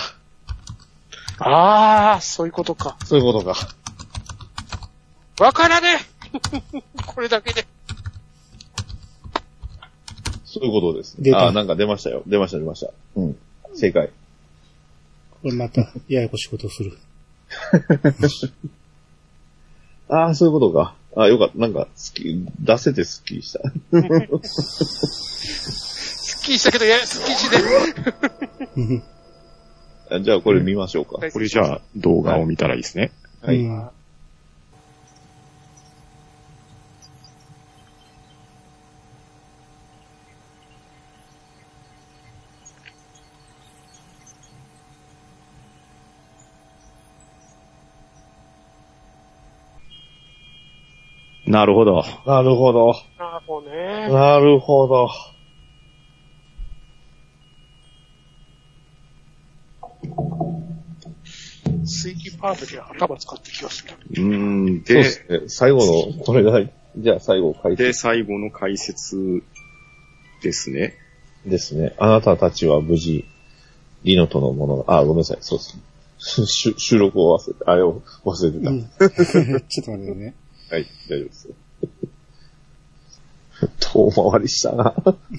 ああ、そういうことか。 そういうことか。 わからねえこれだけで。 そういうことです。なんか出ましたよ。出ました。うん。正解。 これまた、ややこしいことをする。 そういうことか。よかった。なんか、出せてスッキリした。 スッキリしたけど、スッキリしてじゃあ、これ見ましょうか。 これじゃあ、動画を見たらいいですね。 はい。 なるほど。 なるほど。 なるほどね。 なるほど。 水気パートで頭使ってきました。 で、 そうですね。最後の、これが、じゃあ最後解説。 で、最後の解説ですね。 ですね。あなたたちは無事、リノとのものが、ごめんなさい。そうですね。収録を忘れて、あれを忘れてた。 ちょっと待ってね。 はい、大丈夫です。遠回りしたな。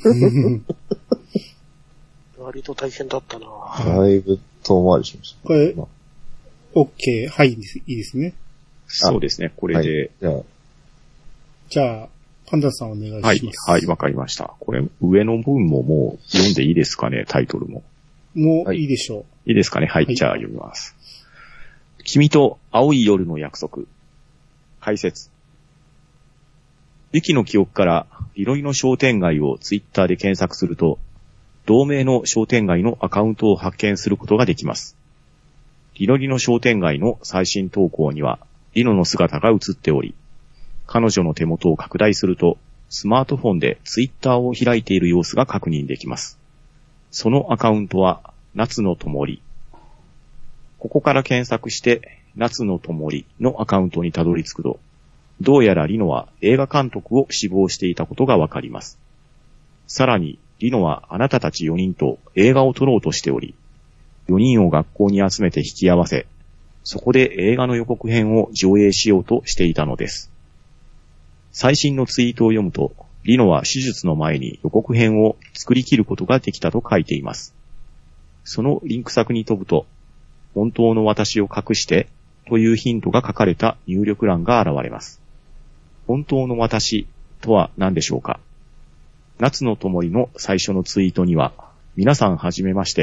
割と大変だったな。 だいぶ遠回りしました。 これ、OK。はい、いいですね。 そうですね。これで。 はい、 じゃあ、パンダさんお願いします。 はい、わかりました。これ、上の文ももう読んでいいですかね、タイトルも。 もういいでしょう。 いいですかね。はい、じゃあ読みます。君と青い夜の約束。解説。ユキの記憶からいろいろ商店街をツイッターで検索すると、同名の商店街のアカウントを発見することができます。リノリの商店街の最新投稿には、リノの姿が映っており、彼女の手元を拡大すると、スマートフォンでツイッターを開いている様子が確認できます。そのアカウントは、夏のともり。ここから検索して、夏のともりのアカウントにたどり着くと、どうやらリノは映画監督を志望していたことがわかります。さらに、リノはあなたたち4人と映画を撮ろうとしており、4人を学校に集めて引き合わせ、そこで映画の予告編を上映しようとしていたのです。最新のツイートを読むと、リノは手術の前に予告編を作り切ることができたと書いています。そのリンク先に飛ぶと、本当の私を隠してというヒントが書かれた入力欄が現れます。本当の私とは何でしょうか。夏のともりの最初のツイートには、皆さんはじめまして、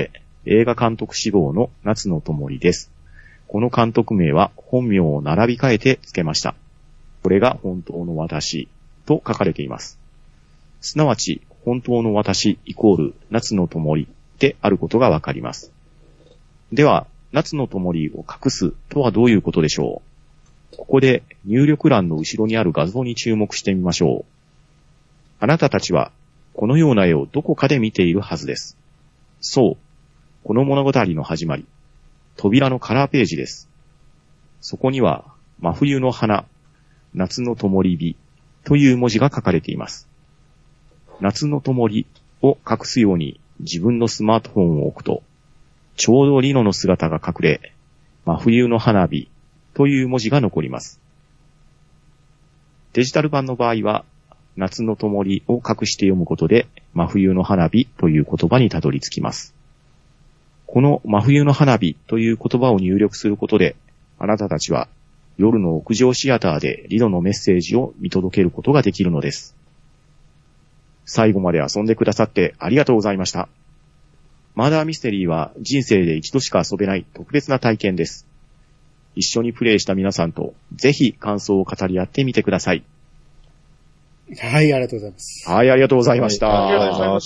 映画監督志望の夏野智里です。この監督名は本名を並び替えて付けました。これが本当の私と書かれています。すなわち、本当の私イコール夏野智里であることがわかります。では、夏野智里を隠すとはどういうことでしょう？ここで入力欄の後ろにある画像に注目してみましょう。あなたたちはこのような絵をどこかで見ているはずです。そう、この物語の始まり、扉のカラーページです。そこには真冬の花、夏の灯火という文字が書かれています。夏の灯を隠すように自分のスマートフォンを置くと、ちょうどリノの姿が隠れ、真冬の花火という文字が残ります。デジタル版の場合は、夏の灯を隠して読むことで、真冬の花火という言葉にたどり着きます。この真冬の花火という言葉を入力することで、あなたたちは夜の屋上シアターでリノのメッセージを見届けることができるのです。最後まで遊んでくださってありがとうございました。マーダーミステリーは人生で一度しか遊べない特別な体験です。一緒にプレイした皆さんとぜひ感想を語り合ってみてください。 はい、ありがとうございます。 はい、ありがとうございました。 ありがとうございました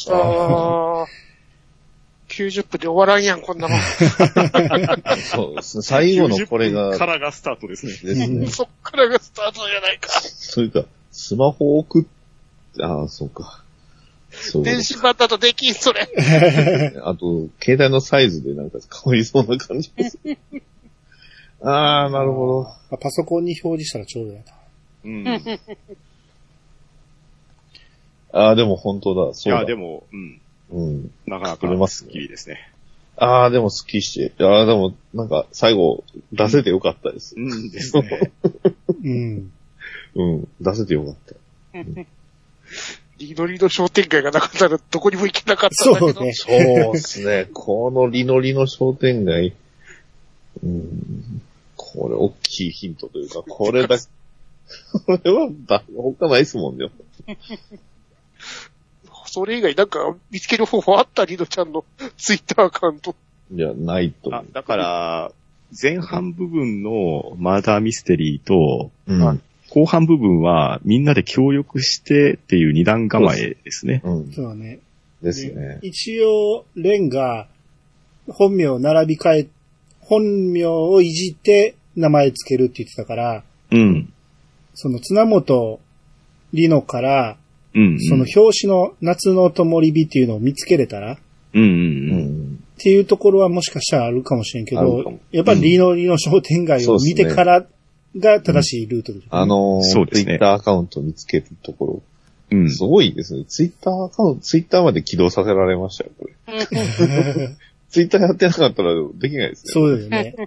。90分で終わらんやん、こんなもん。 そうですね。最後のこれが。 からがスタートですね。 ですね。 そっからがスタートじゃないか。 それか、スマホを送っ、ああ、そうか。そう電子版だとできん、それ。 あと、携帯のサイズでなんか変わりそうな感じです。ああ、なるほど。 パソコンに表示したらちょうどやな。 うん。 ああ、でも本当だ。そうだ。 いや、でも、 うん。 なかなかスッキリですね。 ああ、でもスッキリして。いや、でも、なんか、最後、出せてよかったです。 うんですね。 うん。 うん、出せてよかった。 リノリの商店街がなかったらどこにも行けなかったんだけど。 そうね。 そうですね。このリノリの商店街。これ、大きいヒントというか、これだ、これは、他ないですもんね。 それ以外なんか見つける方法あった？リノちゃんのツイッターアカウント。 いや、ないと思う。 だから、前半部分のマーダーミステリーと、後半部分はみんなで協力してっていう二段構えですね。 そうね。 ですね。 一応、レンが本名を並び替え、本名をいじって名前つけるって言ってたから、その綱本リノから、その表紙の夏の灯火っていうのを見つけれたら、っていうところはもしかしたらあるかもしれんけど、やっぱりリノリの商店街を見てからが正しいルートですね。 そうですね。 ツイッターアカウント見つけるところ。すごいですね。ツイッターアカウント、ツイッターまで起動させられましたよ、これ。ツイッターやってなかったらできないですね。 そうですね。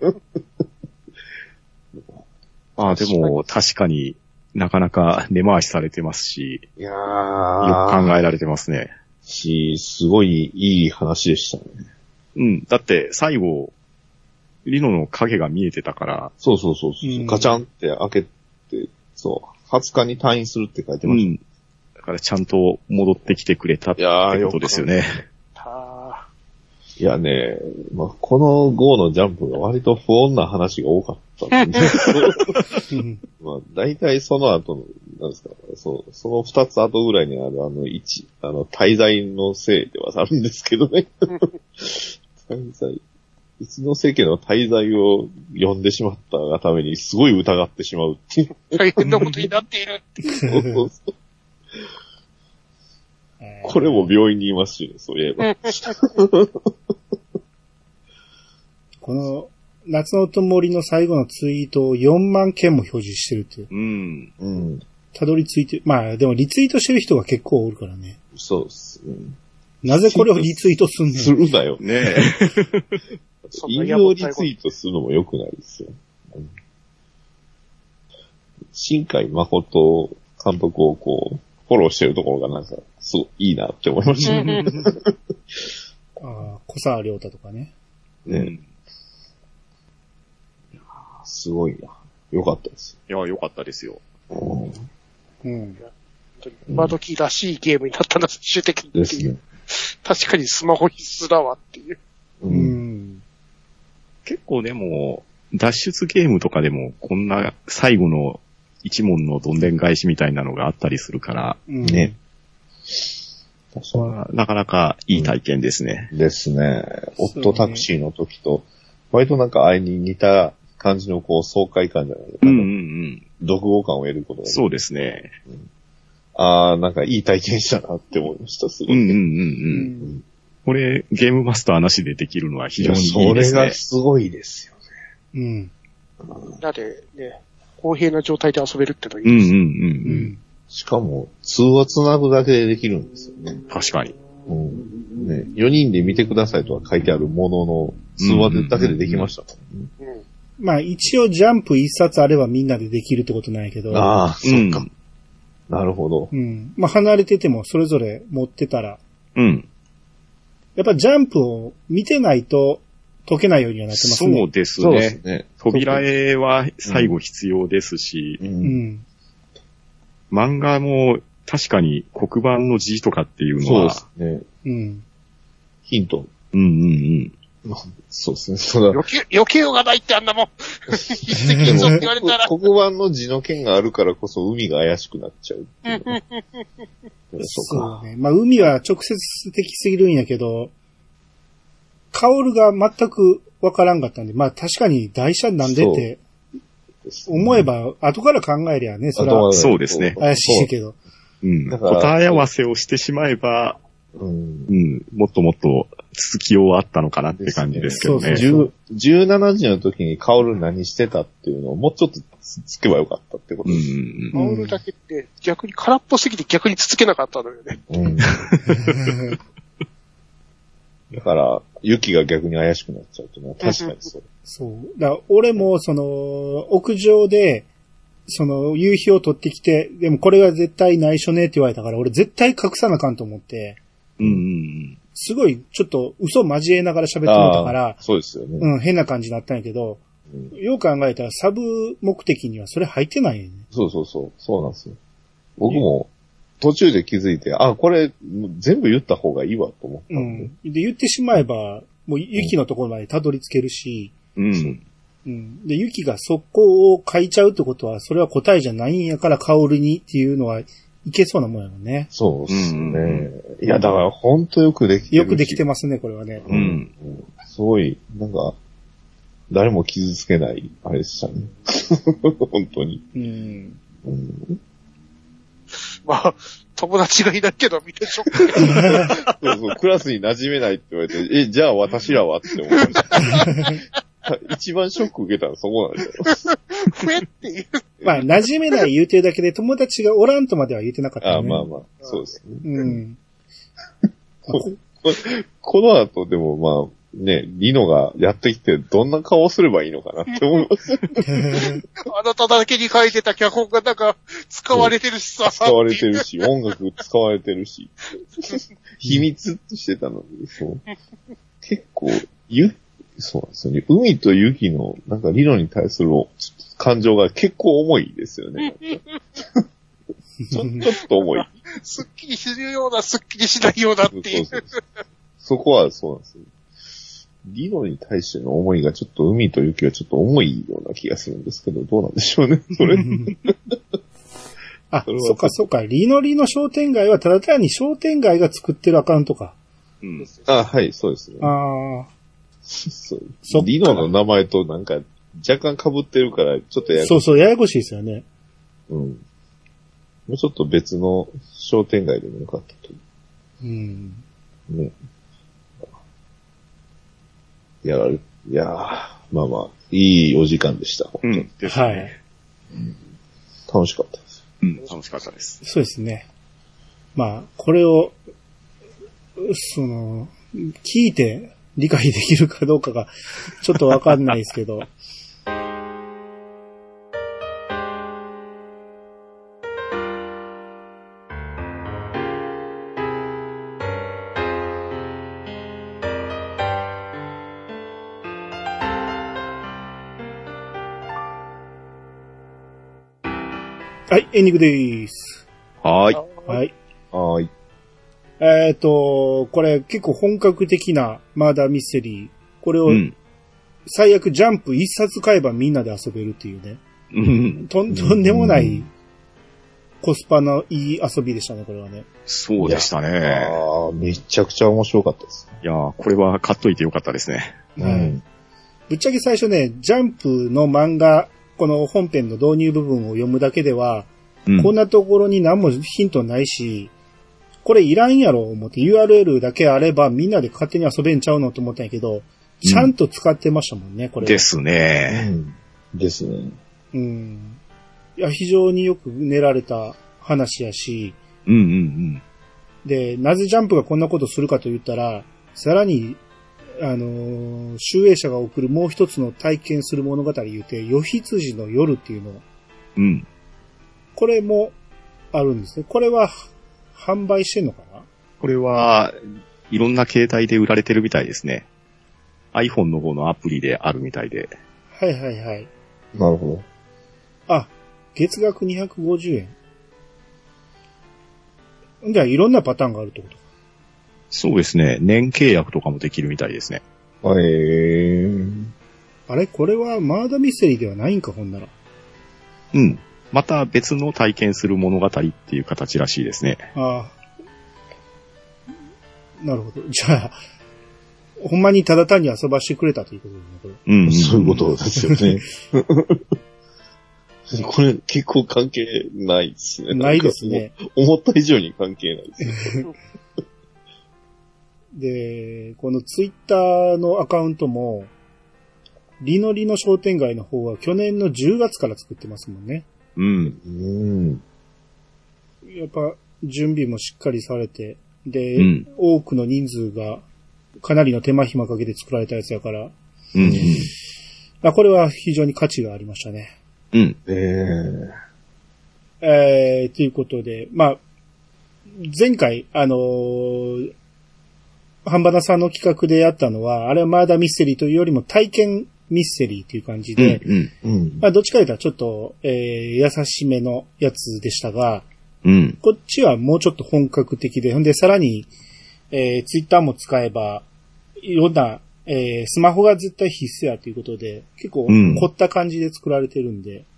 まあでも、確かになかなか根回しされてますし、 いやー。 よく考えられてますね。 すごいいい話でしたね。 だって最後、リノの影が見えてたから。 そう。ガチャンって開けて、20日に退院するって書いてました。 だからちゃんと戻ってきてくれたってことですよね。 いやね、まあ、この GO のジャンプが割と不穏な話が多かったんで、まあ、大体その後の、なんですか、その2つ後ぐらいにある滞在のせいではあるんですけどね。一ノ瀬家の滞在を呼んでしまったがためにすごい疑ってしまうっていう。 大変なことになっているっていう。 これも病院にいますしね、そういえば。 この夏の灯の最後のツイートを4万件も表示してるっていう。たどり着いて、まあでもリツイートしてる人が結構おるからね。 そうっすね。 なぜこれをリツイートすんねん。 するなよ。 ねえ。 引用リツイートするのも良くないですよ。新海誠監督をフォローしてるところがなんか、すごいいいなって思いました。 小沢亮太とかね。 すごいな。良かったです。 いや、良かったですよ。 今時らしいゲームになったな、最終的に。 ですね。 確かにスマホ必須だわっていう。 結構でも、脱出ゲームとかでも、こんな最後の一問のどんでん返しみたいなのがあったりするから、ね。なかなかいい体験ですね。 ですね。オットタクシーの時と、割となんかあれに似た感じのこう爽快感じゃないですか。読後感を得ることが。 そうですね。 なんかいい体験したなって思いました、すごい。 これ、ゲームマスターなしでできるのは非常にいいですね。 それがすごいですよね。 だってね、公平な状態で遊べるってのはいいですね。 しかも、通話つなぐだけでできるんですよね。 確かに。 ね、4人で見てくださいとは書いてあるものの、通話だけでできましたもんね。 まあ一応ジャンプ一冊あればみんなでできるってことなんやけど。 そっか。なるほど。 まあ離れててもそれぞれ持ってたら。やっぱジャンプを見てないと解けないようにはなってますね。 そうですね。扉絵は最後必要ですし、漫画も確かに黒板の字とかっていうのは、 そうですね。ヒント。そうですね。 余計がないってあんなもん。一石一鳥って言われたら。 黒板の字の剣があるからこそ海が怪しくなっちゃうっていう。 そうね。まあ海は直接的すぎるんやけど、カオルが全くわからんかったんで、まあ確かに台車なんでって思えば、後から考えりゃね、それは。 そうですね。 怪しいけど。 答え合わせをしてしまえば、もっともっと続きようあったのかなって感じですけどね。 17時の時にカオル何してたっていうのをもうちょっとつけばよかったってことです。 カオルだけって逆に空っぽすぎて逆に続けなかったのよね。 だから、雪が逆に怪しくなっちゃうっていうのは確かにそう。 そう。だから俺も屋上で、夕日を撮ってきて、でもこれは絶対内緒ねって言われたから、俺絶対隠さなあかんと思って、すごいちょっと嘘交えながら喋ってみたから、 そうですよね。 変な感じになったんやけど、よく考えたらサブ目的にはそれ入ってないよね。 そうなんですよ。僕も途中で気づいて、これ全部言った方がいいわと思ったんで。 で、言ってしまえば、もう雪のところまでたどり着けるし、で、雪が速攻を書いちゃうってことは、それは答えじゃないんやから、カオルにっていうのは、いけそうなもんやもんね。 そうですね。いや、だからほんとよくできてる。 よくできてますね、これはね。 すごい、なんか、誰も傷つけない、あれでしたね。本当に。 まあ、友達がいないけど見てショック。クラスに馴染めないって言われて、じゃあ私らはって思いました。一番ショック受けたのそこなんですよ。 ふえっていう。 まあ、馴染めない言うてるだけで友達がおらんとまでは言ってなかったね。 まあ、そうですね。この後でもまあ、ね、リノがやってきてどんな顔をすればいいのかなって思います。 あなただけに書いてた脚本がなんか使われてるしさ。 使われてるし、音楽使われてるし。秘密ってしてたのに、そう。結構、そうなんですよね。海と雪の、なんかリノに対する感情が結構重いですよね。ちょっと重い。 すっきりするような、すっきりしないようなっていう。 そこはそうなんですよ。リノに対しての思いがちょっと海と雪はちょっと重いような気がするんですけど、どうなんでしょうね、それ。 そっか。リノ商店街はただ単に商店街が作ってるアカウントか。 はい、そうですね。リノの名前となんか若干被ってるから、ちょっとややこしい。 そう、ややこしいですよね。 もうちょっと別の商店街でもよかったと。ね。まあ、いいお時間でした。 本当にですね。はい。 楽しかったです。 楽しかったです。 そうですね。まあ、これを、聞いて理解できるかどうかが、ちょっとわかんないですけど。はい、エンディングでーす。 はい。 はい。 はい。 これ結構本格的なマーダーミステリー。これを、最悪ジャンプ一冊買えばみんなで遊べるっていうね。とんでもないコスパのいい遊びでしたね、これはね。 そうでしたね。 めちゃくちゃ面白かったです。 いやー、これは買っといてよかったですね。 はい。ぶっちゃけ最初ね、ジャンプの漫画、この本編の導入部分を読むだけでは、こんなところに何もヒントないし、これいらんやろ思って URL だけあればみんなで勝手に遊べんちゃうのと思ったんやけど、ちゃんと使ってましたもんね、これは。 ですね。 ですね。 いや、非常によく練られた話やし、で、なぜジャンプがこんなことするかと言ったら、さらに、集英社が送るもう一つの体験する物語言うて、夜羊の夜っていうのを、これもあるんですね。これは販売してんのかな？ これは、いろんな携帯で売られてるみたいですね。iPhone の方のアプリであるみたいで。 はいはいはい。 なるほど。あ、月額250円。じゃあいろんなパターンがあるってことか。 そうですね。年契約とかもできるみたいですね。 あれこれはマーダーミステリーではないんか、ほんなら。 また別の体験する物語っていう形らしいですね。 ああ。なるほど。じゃあ、ほんまにただ単に遊ばしてくれたということですね、これ。 そういうことですよね。これ結構関係ないですね。 ないですね。 思った以上に関係ないですね。 で、このツイッターのアカウントも、リノリの商店街の方は去年の10月から作ってますもんね。やっぱ準備もしっかりされて、で、多くの人数がかなりの手間暇かけて作られたやつやから、これは非常に価値がありましたね。ということで、前回、半ばなさんの企画でやったのは、あれはマーダーミステリーというよりも体験ミステリーという感じで、どっちかというとちょっと、優しめのやつでしたが、こっちはもうちょっと本格的で、ほんでさらに、ツイッターも使えば、いろんな、スマホが絶対必須やということで、結構凝った感じで作られてるんで、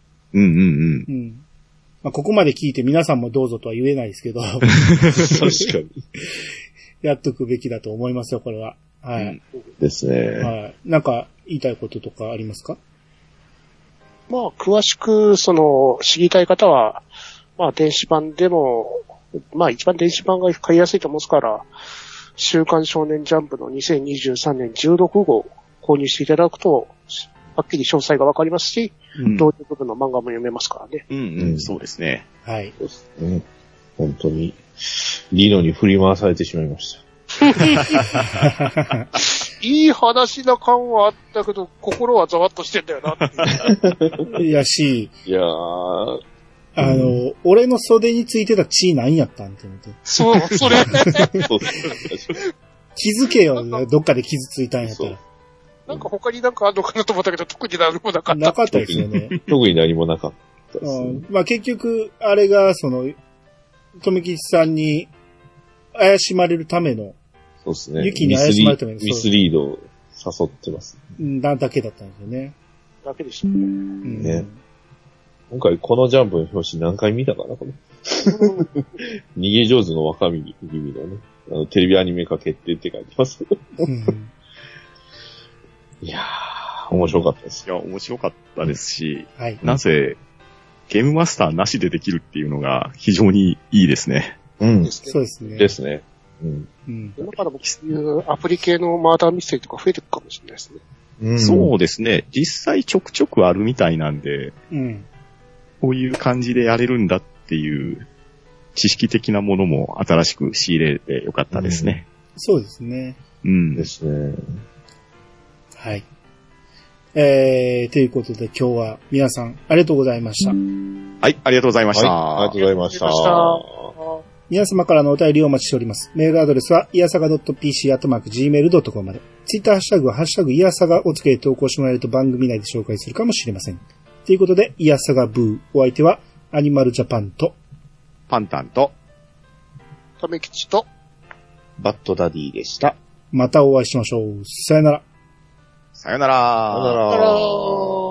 ここまで聞いて皆さんもどうぞとは言えないですけど、確かに。 やっとくべきだと思いますよ、これは。はい。 ですね。 はい。なんか言いたいこととかありますか？ 詳しく、知りたい方は、電子版でも、一番電子版が買いやすいと思うんですから、週刊少年ジャンプの2023年16号購入していただくと、はっきり詳細がわかりますし、同時部分の漫画も読めますからね。 そうですね。 はい。 そうですね。本当に、リノに振り回されてしまいました。 いい話な感はあったけど、心はざわっとしてんだよなって。 いやし、 いやー、 俺の袖についてた血何やったんって思って。 そう、それ。 気づけよ、どっかで傷ついたんやったら。 なんか他になんかあるのかなと思ったけど、特に何もなかった。 なかったですよね。 特に何もなかったですね。 結局、あれが、富吉さんに怪しまれるための、 そうですね。 ユキに怪しまれるための、 ミスリードを誘ってます。 だけだったんですよね。 だけでしたね。 ね。今回このジャンプの表紙何回見たかな、これ。逃げ上手の若君のね、テレビアニメ化決定って書いてます。いやー、面白かったです。 いや、面白かったですし、 はい、 なぜ、ゲームマスターなしでできるっていうのが非常にいいですね。 そうですね。 ですね。 今からもそういうアプリ系のマーダーミステリーとか増えていくかもしれないですね。 そうですね。実際ちょくちょくあるみたいなんで、こういう感じでやれるんだっていう知識的なものも新しく仕入れてよかったですね。 そうですね。 ですね。 はい。ということで今日は皆さんありがとうございました。 はい、ありがとうございました。 ありがとうございました。 皆様からのお便りをお待ちしております。メールアドレスは、いやさが .pc@gmail.com まで。ツイッターハッシュタグは、ハッシュタグいやさがをつけて投稿してもらえると番組内で紹介するかもしれません。ということで、いやさがブー。お相手は、アニマルジャパンと、 パンタンと、 ためきちと、 バッドダディでした。 またお会いしましょう。さよなら。 さよなら。 さよなら。